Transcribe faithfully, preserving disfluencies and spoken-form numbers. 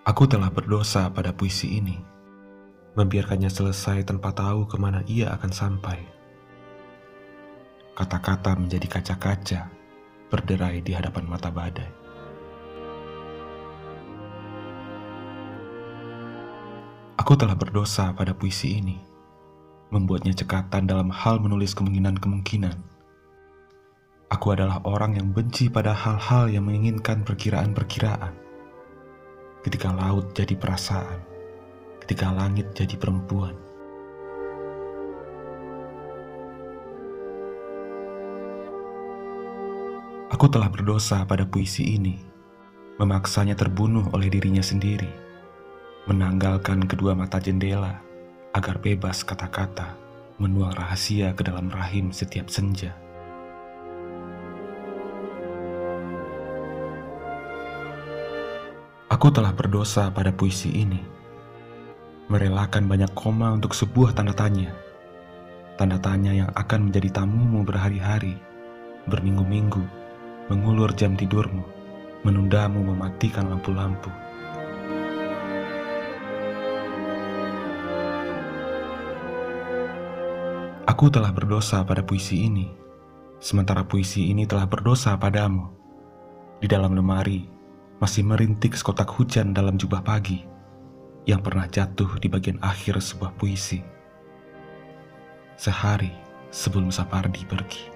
Aku telah berdosa pada puisi ini, membiarkannya selesai tanpa tahu kemana ia akan sampai. Kata-kata menjadi kaca-kaca, berderai di hadapan mata badai. Aku telah berdosa pada puisi ini, membuatnya cekatan dalam hal menulis kemungkinan-kemungkinan. Aku adalah orang yang benci pada hal-hal yang menginginkan perkiraan-perkiraan. Ketika laut jadi perasaan, ketika langit jadi perempuan. Aku telah berdosa pada puisi ini, memaksanya terbunuh oleh dirinya sendiri, menanggalkan kedua mata jendela agar bebas kata-kata menuang rahasia ke dalam rahim setiap senja. Aku telah berdosa pada puisi ini, merelakan banyak koma untuk sebuah tanda tanya. Tanda tanya yang akan menjadi tamumu berhari-hari, berminggu-minggu, mengulur jam tidurmu, menundamu mematikan lampu-lampu. Aku telah berdosa pada puisi ini, sementara puisi ini telah berdosa padamu. Di dalam lemari, masih merintik sekotak hujan dalam jubah pagi yang pernah jatuh di bagian akhir sebuah puisi. Sehari sebelum Sapardi pergi.